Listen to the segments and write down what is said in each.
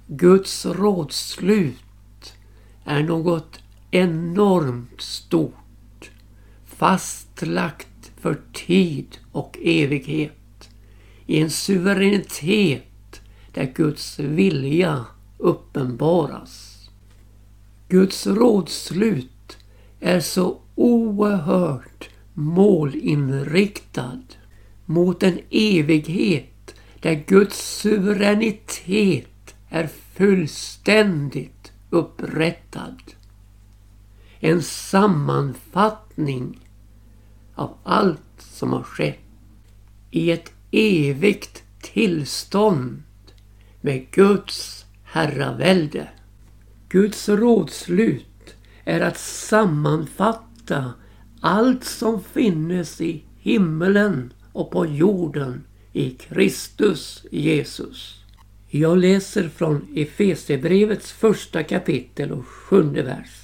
Guds rådslut är något enormt stort, fastlagt för tid och evighet, i en suveränitet där Guds vilja uppenbaras. Guds rådslut är så oerhört målinriktad mot en evighet där Guds suveränitet är fullständigt upprättad. En sammanfattning av allt som har skett i ett evigt tillstånd med Guds herravälde. Guds rådslut är att sammanfatta allt som finnes i himmelen och på jorden i Kristus Jesus. Jag läser från Efesierbrevets 1 kapitel och 7 vers.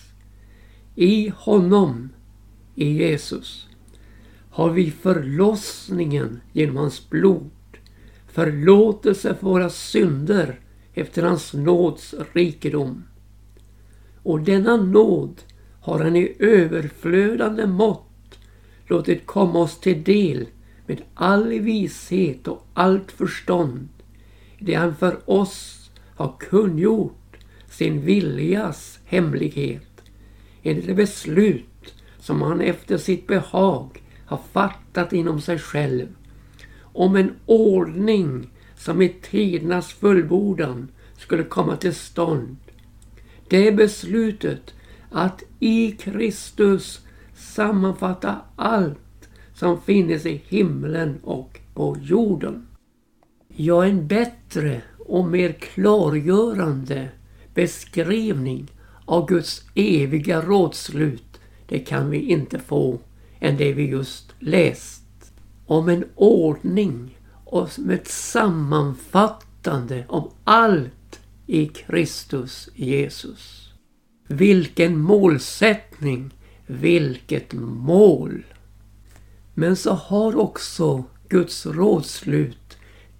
I honom, i Jesus, har vi förlossningen genom hans blod, förlåtelse för våra synder efter hans nåds rikedom. Och denna nåd har han i överflödande mått låtit komma oss till del med all vishet och allt förstånd, det han för oss har kungjort sin viljas hemlighet, enligt det beslut som han efter sitt behag har fattat inom sig själv, om en ordning som i tidernas fullbordan skulle komma till stånd. Det beslutet att i Kristus sammanfatta allt som finns i himlen och på jorden. Ja, en bättre och mer klargörande beskrivning av Guds eviga rådslut, det kan vi inte få än det vi just läst. Om en ordning och som ett sammanfattande om allt i Kristus Jesus. Vilken målsättning, vilket mål! Men så har också Guds rådslut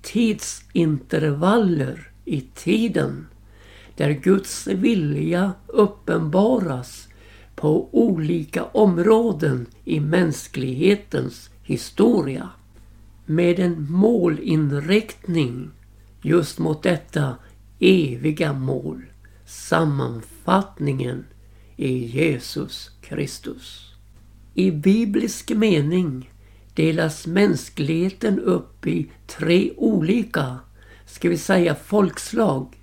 tidsintervaller i tiden där Guds vilja uppenbaras på olika områden i mänsklighetens historia, med en målinriktning just mot detta eviga mål, sammanfattningen i Jesus Kristus. I biblisk mening delas mänskligheten upp i 3 olika, ska vi säga, folkslag: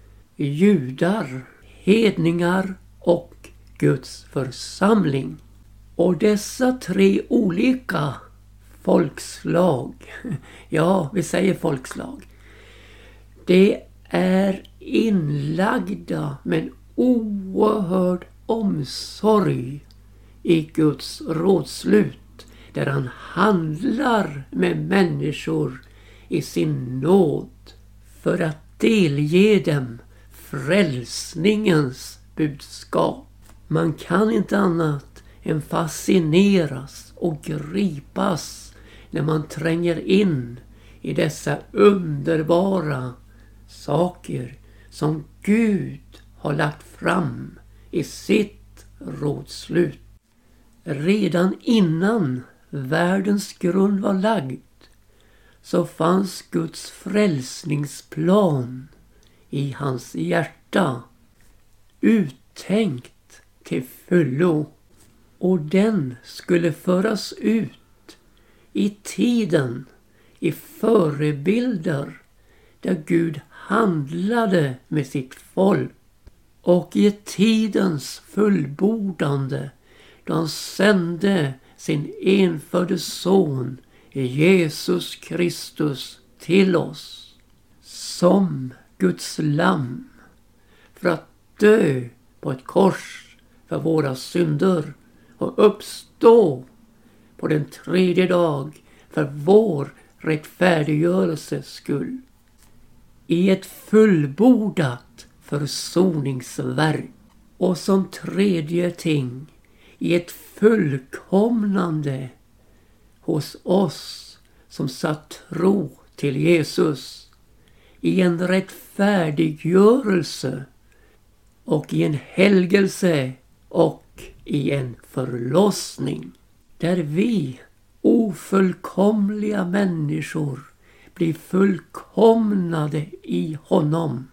judar, hedningar och Guds församling. Och dessa 3 olika folkslag, ja, vi säger folkslag, det är inlagda med en oerhörd omsorg i Guds rådslut, där han handlar med människor i sin nåd för att delge dem frälsningens budskap. Man kan inte annat än fascineras och gripas när man tränger in i dessa underbara saker som Gud har lagt fram i sitt rådslut. Redan innan världens grund var lagd så fanns Guds frälsningsplan i hans hjärta, uttänkt till fullo, och den skulle föras ut i tiden i förebilder där Gud handlade med sitt folk, och i tidens fullbordande då han sände sin enfödde son Jesus Kristus till oss som Guds lamm för att dö på ett kors för våra synder och uppstå på den 3:e dag för vår rättfärdiggörelses skull. I ett fullbordat försoningsverk, och som 3:e ting i ett fullkomnande hos oss som satt tro till Jesus, i en rättfärdiggörelse och i en helgelse och i en förlossning. Där vi, ofullkomliga människor, blir fullkomnade i honom.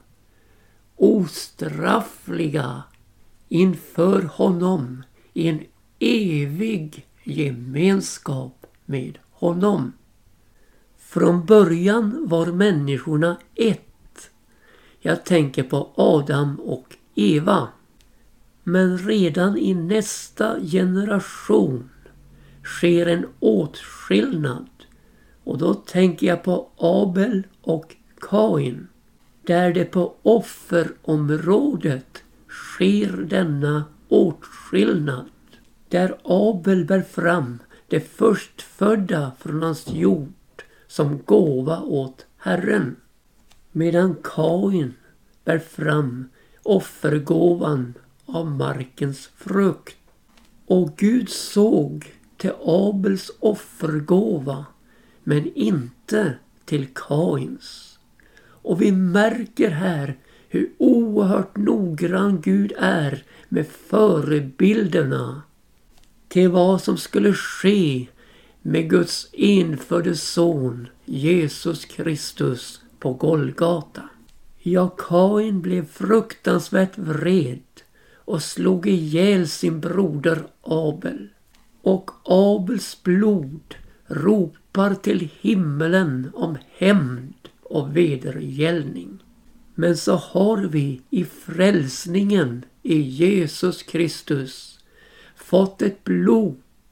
Ostraffliga inför honom i en evig gemenskap med honom. Från början var människorna ett. Jag tänker på Adam och Eva. Men redan i nästa generation sker en åtskillnad. Och då tänker jag på Abel och Kain. Där det på offerområdet sker denna åtskillnad. Där Abel bär fram det förstfödda från hans jord som gåva åt Herren. Medan Kain bär fram offergåvan av markens frukt. Och Gud såg till Abels offergåva men inte till Kains. Och vi märker här hur oerhört noggrann Gud är med förebilderna till vad som skulle ske med Guds enfödde son Jesus Kristus på Golgata. Ja, Kain blev fruktansvärt vred och slog ihjäl sin broder Abel. Och Abels blod ropar till himmelen om hämnd och vedergällning. Men så har vi i frälsningen i Jesus Kristus fått ett blod,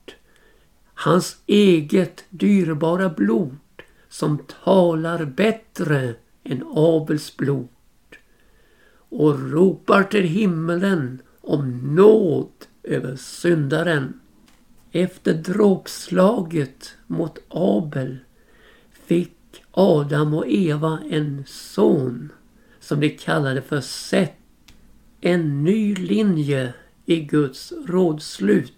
hans eget dyrbara blod, som talar bättre än Abels blod och ropar till himmelen om nåd över syndaren. Efter dråpslaget mot Abel fick Adam och Eva en son som de kallade för Set. En ny linje i Guds rådslut.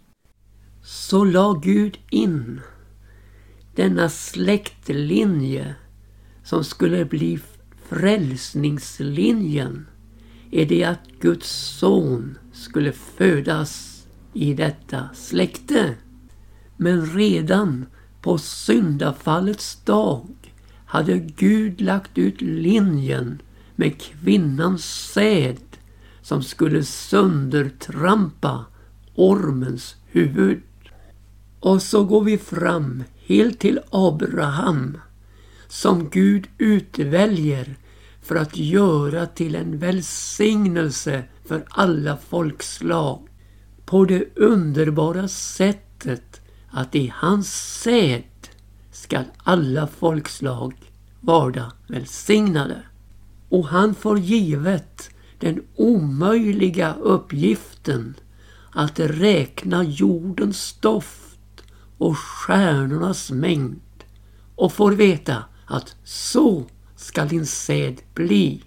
Så la Gud in denna släktlinje som skulle bli frälsningslinjen är det att Guds son skulle födas i detta släkte. Men redan på syndafallets dag hade Gud lagt ut linjen med kvinnans säd som skulle söndertrampa ormens huvud. Och så går vi fram helt till Abraham som Gud utväljer för att göra till en välsignelse för alla folkslag på det underbara sättet att i hans säd ska alla folkslag vara välsignade. Och han får givet den omöjliga uppgiften att räkna jordens stoft och stjärnornas mängd och får veta att så ska din säd bli.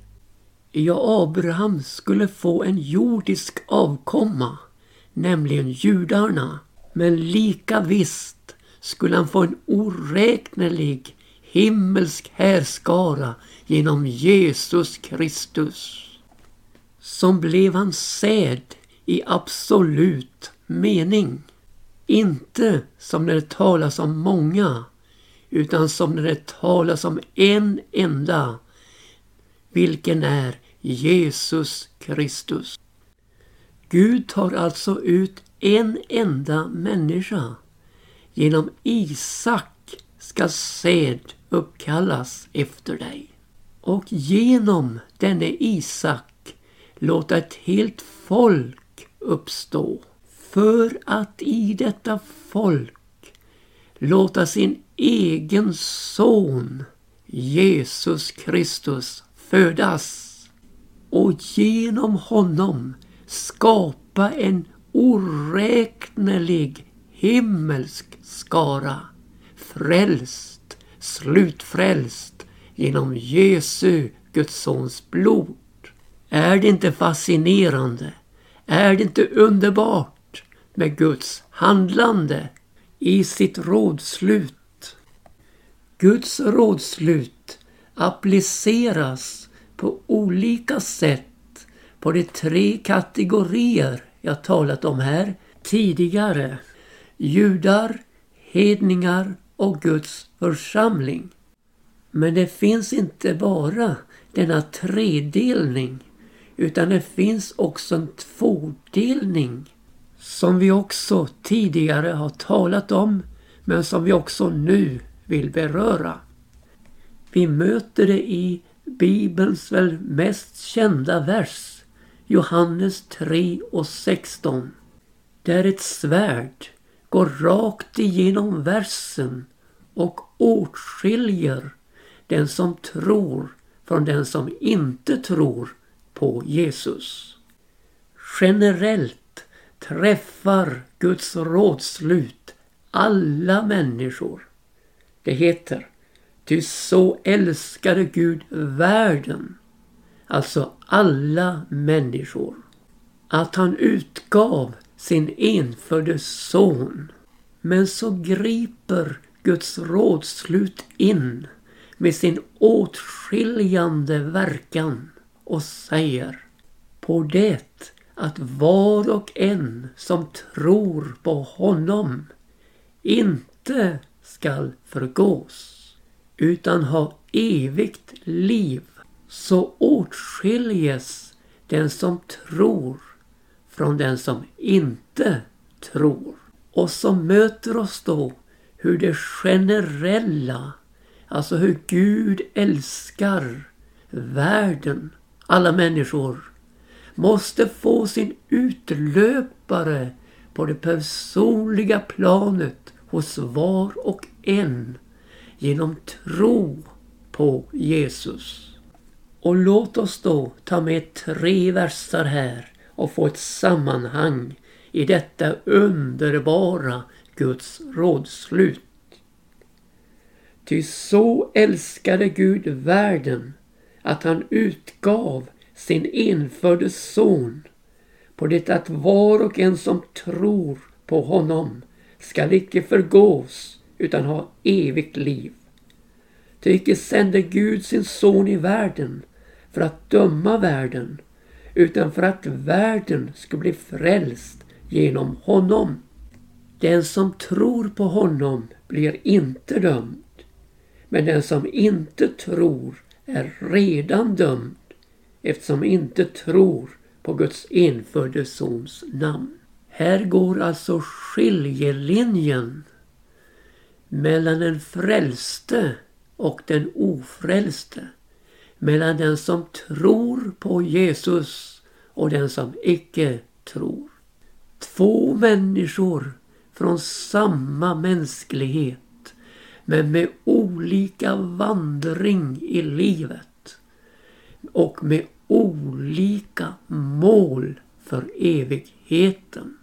Ja, Abraham skulle få en jordisk avkomma, nämligen judarna, men lika visst skulle han få en oräknelig himmelsk härskara genom Jesus Kristus, som blev hans säd i absolut mening. Inte som när det talas om många, utan som när det talas om en enda, vilken är Jesus Kristus. Gud tar alltså ut en enda människa. Genom Isak ska säd uppkallas efter dig. Och genom denne Isak låta ett helt folk uppstå. För att i detta folk låta sin egen son Jesus Kristus födas. Och genom honom skapa en oräknelig himmelsk skara. Frälst, slutfrälst genom Jesu Guds sons blod. Är det inte fascinerande? Är det inte underbart med Guds handlande i sitt rådslut? Guds rådslut appliceras på olika sätt på de 3 kategorier jag talat om här tidigare. Judar, hedningar och Guds församling. Men det finns inte bara denna tredelning, utan det finns också en tvådelning som vi också tidigare har talat om, men som vi också nu vill beröra. Vi möter det i Bibelns väl mest kända vers, Johannes 3:16, där ett svärd går rakt igenom versen och åtskiljer den som tror från den som inte tror på Jesus. Generellt träffar Guds rådslut alla människor. Det heter: ty så älskade Gud världen, alltså alla människor, att han utgav sin enfödde son. Men så griper Guds rådslut in med sin åtskiljande verkan och säger: på det att var och en som tror på honom inte skall förgås utan ha evigt liv, så åtskiljes den som tror från den som inte tror. Och så möter oss då hur det generella, alltså hur Gud älskar världen, alla människor, måste få sin utlöpare på det personliga planet hos var och en genom tro på Jesus. Och låt oss då ta med 3 versar här och få ett sammanhang i detta underbara Guds rådslut. Ty så älskade Gud världen att han utgav sin enfödde son, på det att var och en som tror på honom skall icke förgås utan ha evigt liv. Ty icke sände Gud sin son i världen för att döma världen, utan för att världen skulle bli frälst genom honom. Den som tror på honom blir inte dömd, men den som inte tror är redan dömd, eftersom inte tror på Guds enfödde sons namn. Här går alltså skiljelinjen mellan den frälste och den ofrälste, mellan den som tror på Jesus och den som icke tror. 2 människor från samma mänsklighet, men med olika vandring i livet och med olika mål för evigheten.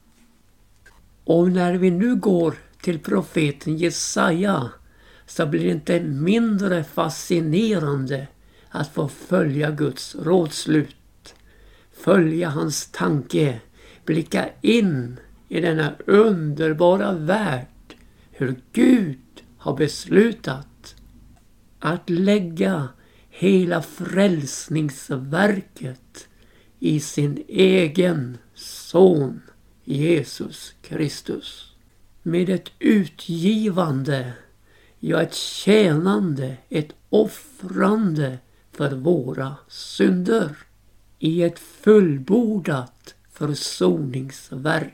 Och när vi nu går till profeten Jesaja, så blir det inte mindre fascinerande att få följa Guds rådslut, följa hans tanke, blicka in i denna underbara värld, hur Gud har beslutat att lägga hela frälsningsverket i sin egen son Jesus Kristus. Med ett utgivande, ja ett tjänande, ett offrande för våra synder i ett fullbordat försoningsverk.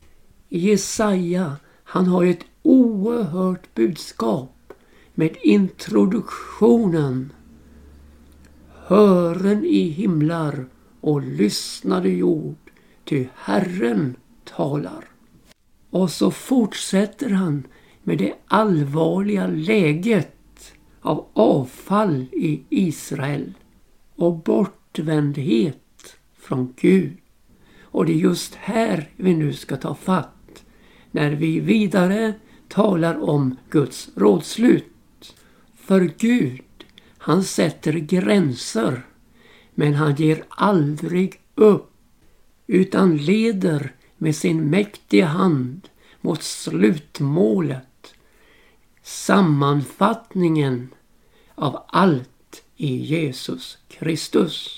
Jesaja, han har ett oerhört budskap med introduktionen: hören i himlar och lyssnade jord, ty Herren talar. Och så fortsätter han med det allvarliga läget av avfall i Israel och bortvändhet från Gud. Och det är just här vi nu ska ta fatt när vi vidare talar om Guds rådslut. För Gud, han sätter gränser, men han ger aldrig upp, utan leder med sin mäktiga hand mot slutmålet, sammanfattningen av allt i Jesus Kristus.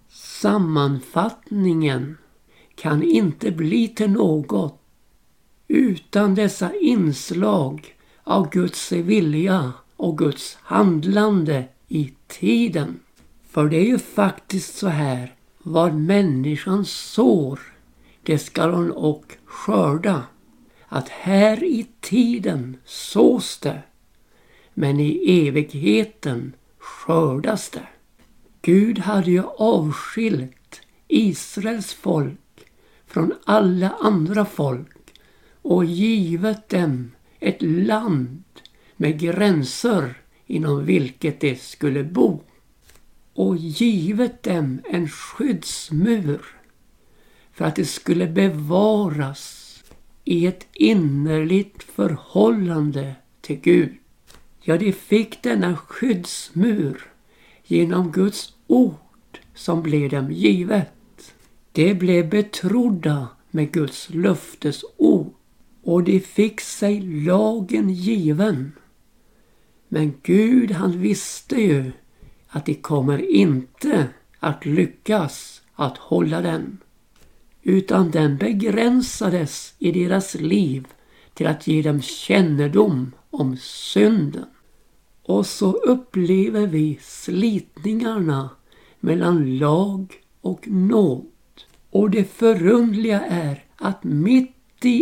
Sammanfattningen kan inte bli till något utan dessa inslag av Guds vilja och Guds handlande i tiden. För det är ju faktiskt så här, vad människan sår, det ska hon och skörda. Att här i tiden sås det, men i evigheten skördas det. Gud hade ju avskilt Israels folk från alla andra folk och givet dem ett land med gränser inom vilket de skulle bo. Och givet dem en skyddsmur för att det skulle bevaras i ett innerligt förhållande till Gud. Ja, de fick denna skyddsmur genom Guds ord som blev dem givet. De blev betrodda med Guds löftesord och de fick sig lagen given. Men Gud, han visste ju att de kommer inte att lyckas att hålla den. Utan den begränsades i deras liv till att ge dem kännedom om synden. Och så upplever vi slitningarna mellan lag och nåd. Och det förundliga är att mitt i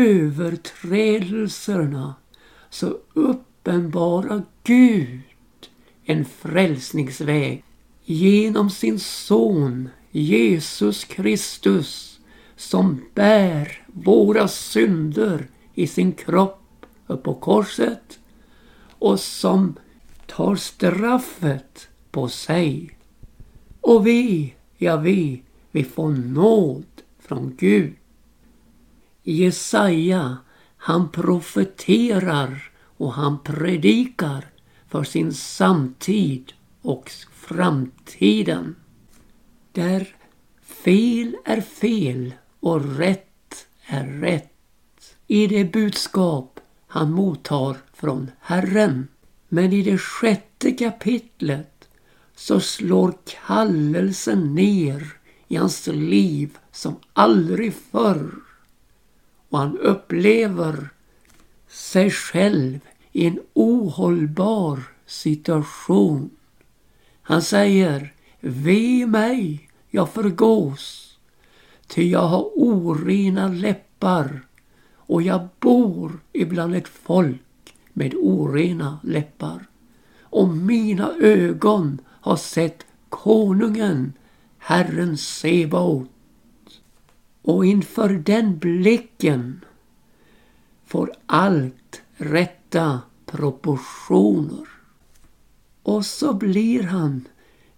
överträdelserna så uppenbarar Gud en frälsningsväg genom sin son Jesus Kristus som bär våra synder i sin kropp upp på korset och som tar straffet på sig. Och vi får nåd från Gud. Jesaja, han profeterar och han predikar för sin samtid och framtiden. Där fel är fel och rätt är rätt. I det budskap han mottar från Herren. Men i det 6:e kapitlet så slår kallelsen ner i hans liv som aldrig förr. Och han upplever sig själv i en ohållbar situation. Han säger: ve mig, jag förgås, ty jag har orena läppar och jag bor ibland ett folk med orena läppar. Och mina ögon har sett konungen, Herren Sebaot. Och inför den blicken får allt rätta proportioner. Och så blir han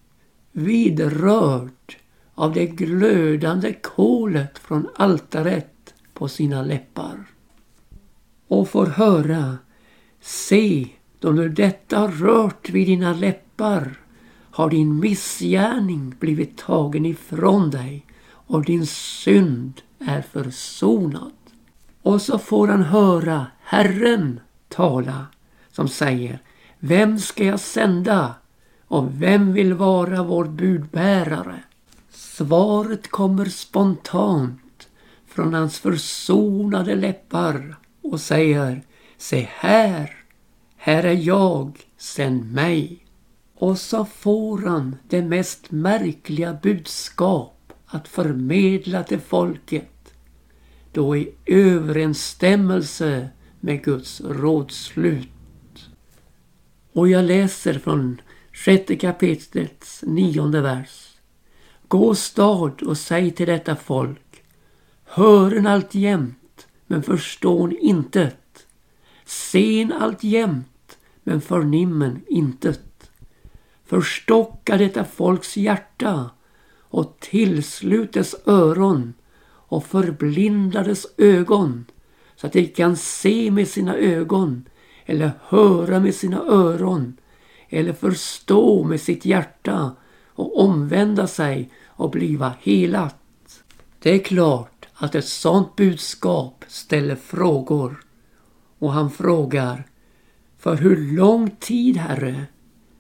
vidrörd av det glödande kolet från altaret på sina läppar. Och får höra: se, då nu detta rört vid dina läppar har din missgärning blivit tagen ifrån dig och din synd är försonad. Och så får han höra Herren tala som säger: vem ska jag sända och vem vill vara vår budbärare? Svaret kommer spontant från hans försonade läppar och säger: se här är jag, sänd mig. Och så får han det mest märkliga budskap att förmedla till folket, då i överensstämmelse med Guds rådslut. Och jag läser från 6:e kapitlets 9:e vers. Gå stad och säg till detta folk: hören alltjämt, men förstån intet. Sen alltjämt, men förnimmen intet. Förstocka detta folks hjärta och tillslutes öron och förblindades ögon, så att de kan se med sina ögon eller höra med sina öron eller förstå med sitt hjärta och omvända sig och bliva helat. Det är klart att ett sådant budskap ställer frågor. Och han frågar: för hur lång tid, Herre?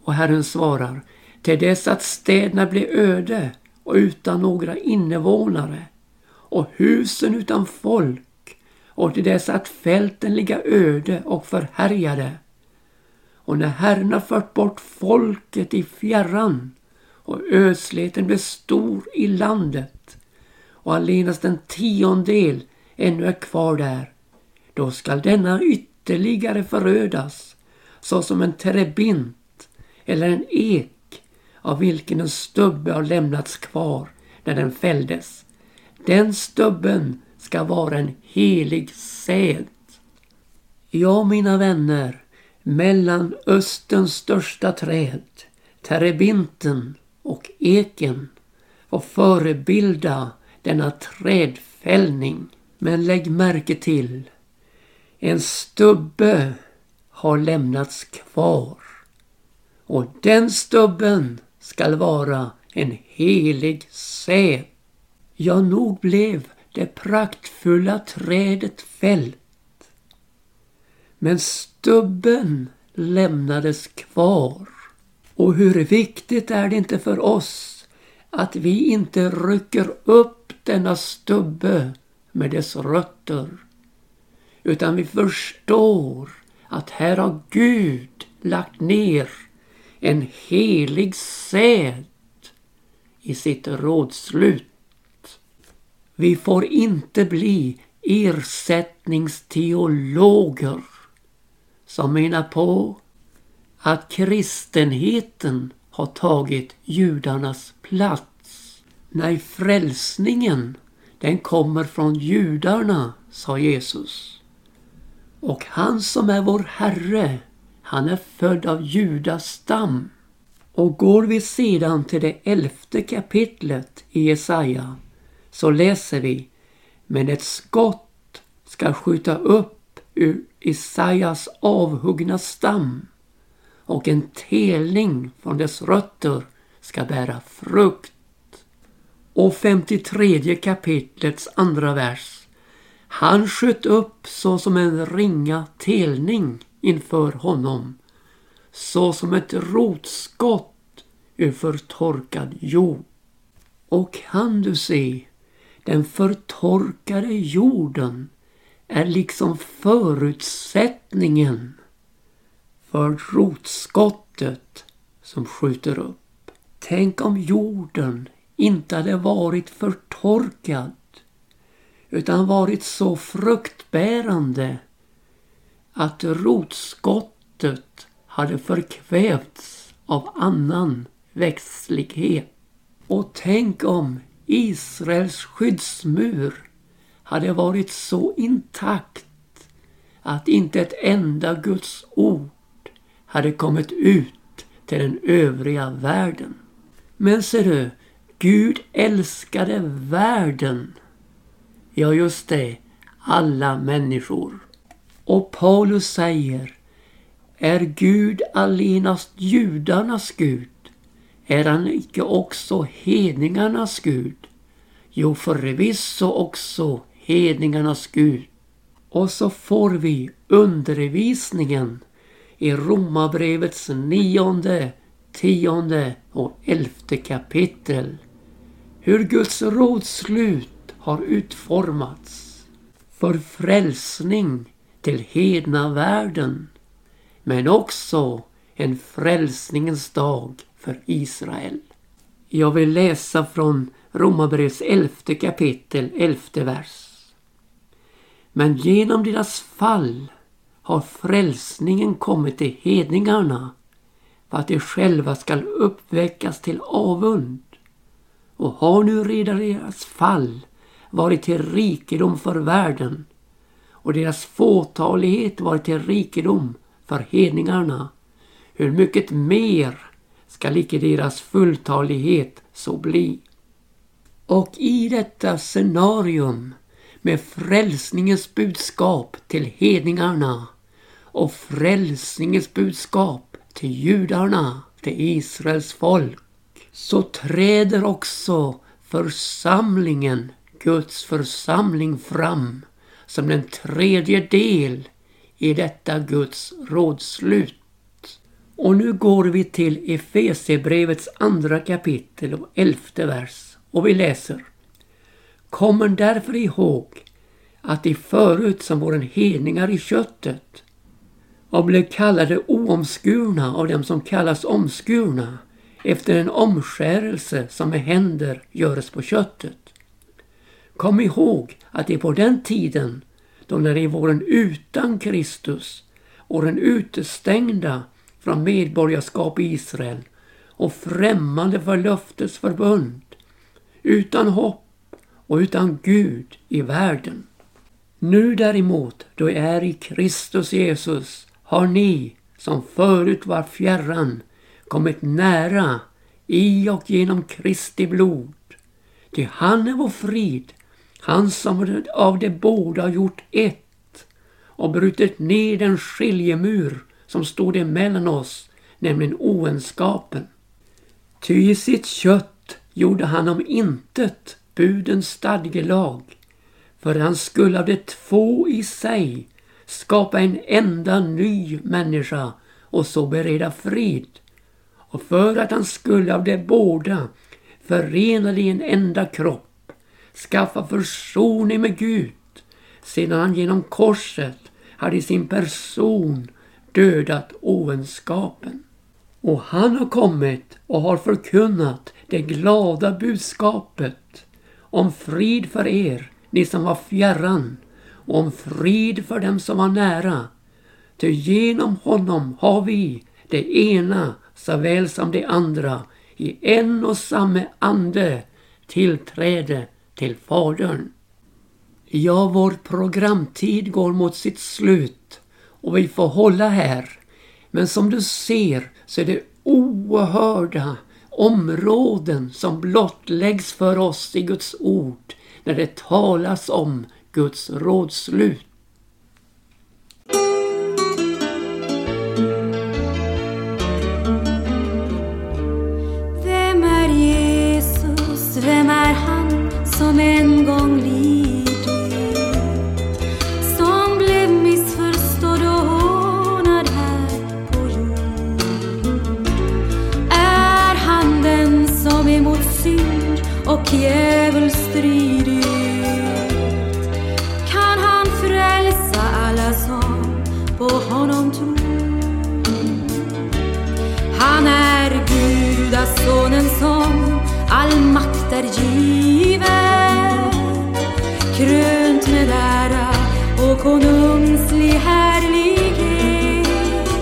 Och Herren svarar: till dess att städerna blir öde och utan några invånare och husen utan folk, och till dess att fälten ligger öde och förhärjade. Och när Herren har fört bort folket i fjärran och ödsligheten blir stor i landet och allenast en 10 ännu är kvar där, då skall denna ytterligare förödas såsom en terebint eller en ek av vilken en stubbe har lämnats kvar när den fälldes. Den stubben ska vara en helig säd. Ja, mina vänner, mellan Österns största träd, terebinten och eken, och förebilda denna trädfällning. Men lägg märke till, en stubbe har lämnats kvar, och den stubben skall vara en helig säd. Ja, nog blev det praktfulla trädet fällt, men stubben lämnades kvar. Och hur viktigt är det inte för oss att vi inte rycker upp denna stubbe med dess rötter, utan vi förstår att här har Gud lagt ner en helig säd i sitt rådslut. Vi får inte bli ersättningsteologer som menar på att kristenheten har tagit judarnas plats. Nej, frälsningen, den kommer från judarna, sa Jesus. Och han som är vår Herre, han är född av Judas stam. Och går vi sedan till det 11:e kapitlet i Jesaja, så läser vi: men ett skott ska skjuta upp ur Jesajas avhuggna stam, och en telning från dess rötter ska bära frukt. Och 53:e kapitlets 2:a vers: han sköt upp så som en ringa telning inför honom, så som ett rotskott ur förtorkad jord. Och kan du se, den förtorkade jorden är liksom förutsättningen för rotskottet som skjuter upp. Tänk om jorden inte hade varit förtorkad, utan varit så fruktbärande att rotskottet hade förkvävts av annan växtlighet. Och tänk om Israels skyddsmur hade varit så intakt att inte ett enda Guds ord hade kommit ut till den övriga världen. Men ser du, Gud älskade världen. Ja, just det, alla människor. Och Paulus säger: är Gud allenast judarnas Gud? Är han icke också hedningarnas Gud? Jo, förvisso också hedningarnas Gud. Och så får vi undervisningen i Romarbrevets 9:e, 10:e och 11:e kapitel. Hur Guds rådslut har utformats för frälsning till hedna världen, men också en frälsningens dag för Israel. Jag vill läsa från Romarbrevets 11:e kapitel, 11:e vers. Men genom deras fall har frälsningen kommit till hedningarna, för att de själva skall uppväckas till avund. Och har nu redan deras fall varit till rikedom för världen, och deras fåtalighet varit till rikedom för hedningarna, hur mycket mer skall icke deras fulltalighet så bli. Och i detta scenarium med frälsningens budskap till hedningarna och frälsningens budskap till judarna, till Israels folk, så träder också församlingen, Guds församling, fram som den tredje del i detta Guds rådslut. Och nu går vi till Efesierbrevets 2 kapitel och 11:e vers. Och vi läser: Kommer därför ihåg att de förut som vore hedningar i köttet och blev kallade oomskurna av dem som kallas omskurna efter en omskärelse som med händer göres på köttet. Kom ihåg att det på den tiden då när de vore utan Kristus vore utestängda från medborgarskap i Israel och främmande för löftets förbund, utan hopp och utan Gud i världen. Nu däremot, då är i Kristus Jesus, har ni som förut var fjärran kommit nära i och genom Kristi blod. Ty han är vår frid, han som av det båda har gjort ett och brutit ner den skiljemur som stod emellan oss, nämligen oenskapen. Ty i sitt kött gjorde han om intet budens stadgelag, för han skulle av det två i sig skapa en enda ny människa och så bereda frid, och för att han skulle av det båda förenade i en enda kropp skaffa försoning med Gud, sedan han genom korset hade i sin person dödat oenskapen. Och han har kommit och har förkunnat det glada budskapet om frid för er, ni som var fjärran, och om frid för dem som var nära. Ty genom honom har vi det ena såväl som det andra i en och samma ande tillträde till Fadern. Ja, vår programtid går mot sitt slut och vi får hålla här. Men som du ser så är det oerhörda områden som blottläggs för oss i Guds ord när det talas om Guds rådslut. Vem är Jesus? Vem är han som en gång lidit? Som blev missförstådd och hånad här på jord. Är han den som emot synd och djävul stridigt? Kan han frälsa alla som på honom tror? Han är Gudasonen som all makt är given, krönt med ära och konungslig härlighet.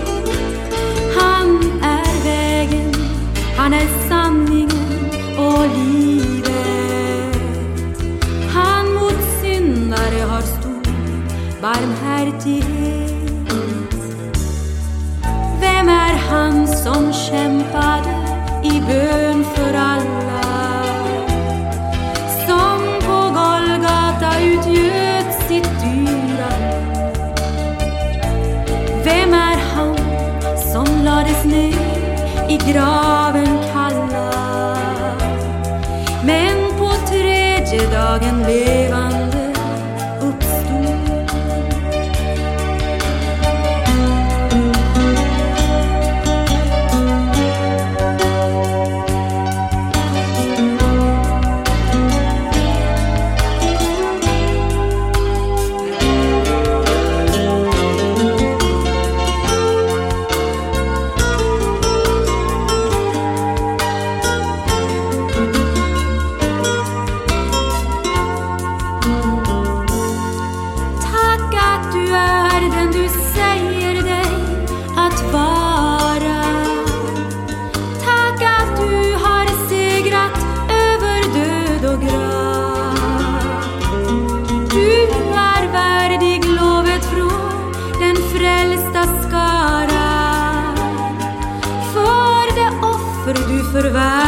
Han är vägen, han är sanningen och livet. Han mot syndare har stor barmhärtighet. Vem är han som kämpade i bön för alla, som på Golgata utgöt sitt dyra? Vem är han som lades ner i graven kalla, men på tredje dagen levande uppstod? För världen